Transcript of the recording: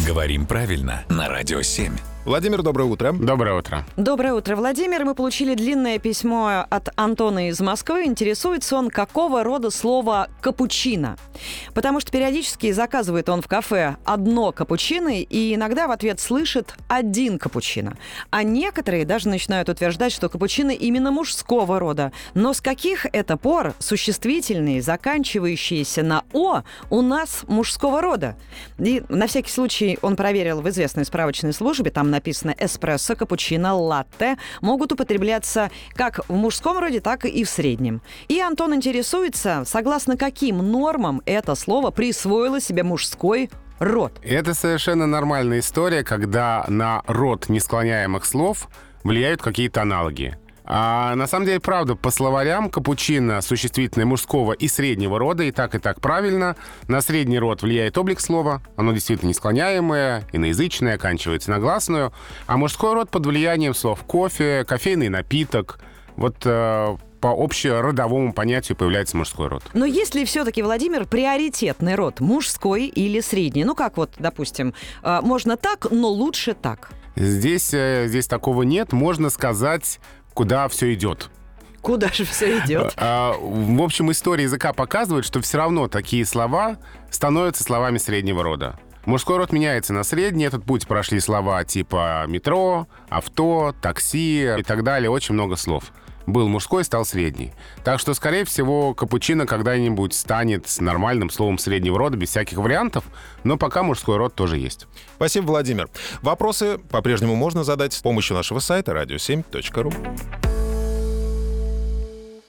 Говорим правильно на Радио 7. Владимир, доброе утро. Доброе утро. Доброе утро, Владимир. Мы получили длинное письмо от Антона из Москвы. Интересуется он, какого рода слово «капучино». Потому что периодически заказывает он в кафе одно капучино и иногда в ответ слышит один капучино. А некоторые даже начинают утверждать, что капучино именно мужского рода. Но с каких это пор существительные, заканчивающиеся на «о», у нас мужского рода? И на всякий случай он проверил в известной справочной службе, там написано «эспрессо», «капучино», «латте» могут употребляться как в мужском роде, так и в среднем. И Антон интересуется, согласно каким нормам это слово присвоило себе мужской род. Это совершенно нормальная история, когда на род несклоняемых слов влияют какие-то аналоги. А на самом деле, правда, по словарям капучино существительное мужского и среднего рода, и так правильно. На средний род влияет облик слова, оно действительно несклоняемое, иноязычное, оканчивается на гласную. А мужской род под влиянием слов кофе, кофейный напиток. Вот по общеродовому понятию появляется мужской род. Но есть ли все-таки, Владимир, приоритетный род, мужской или средний? Ну, как вот, допустим, можно так, но лучше так. Здесь такого нет. Можно сказать, куда все идет. Куда же все идет? В общем, история языка показывает, что все равно такие слова становятся словами среднего рода. Мужской род меняется на средний. Этот путь прошли слова типа метро, авто, такси и так далее. Очень много слов. Был мужской, стал средний. Так что, скорее всего, капучино когда-нибудь станет нормальным словом среднего рода, без всяких вариантов, но пока мужской род тоже есть. Спасибо, Владимир. Вопросы по-прежнему можно задать с помощью нашего сайта radio7.ru.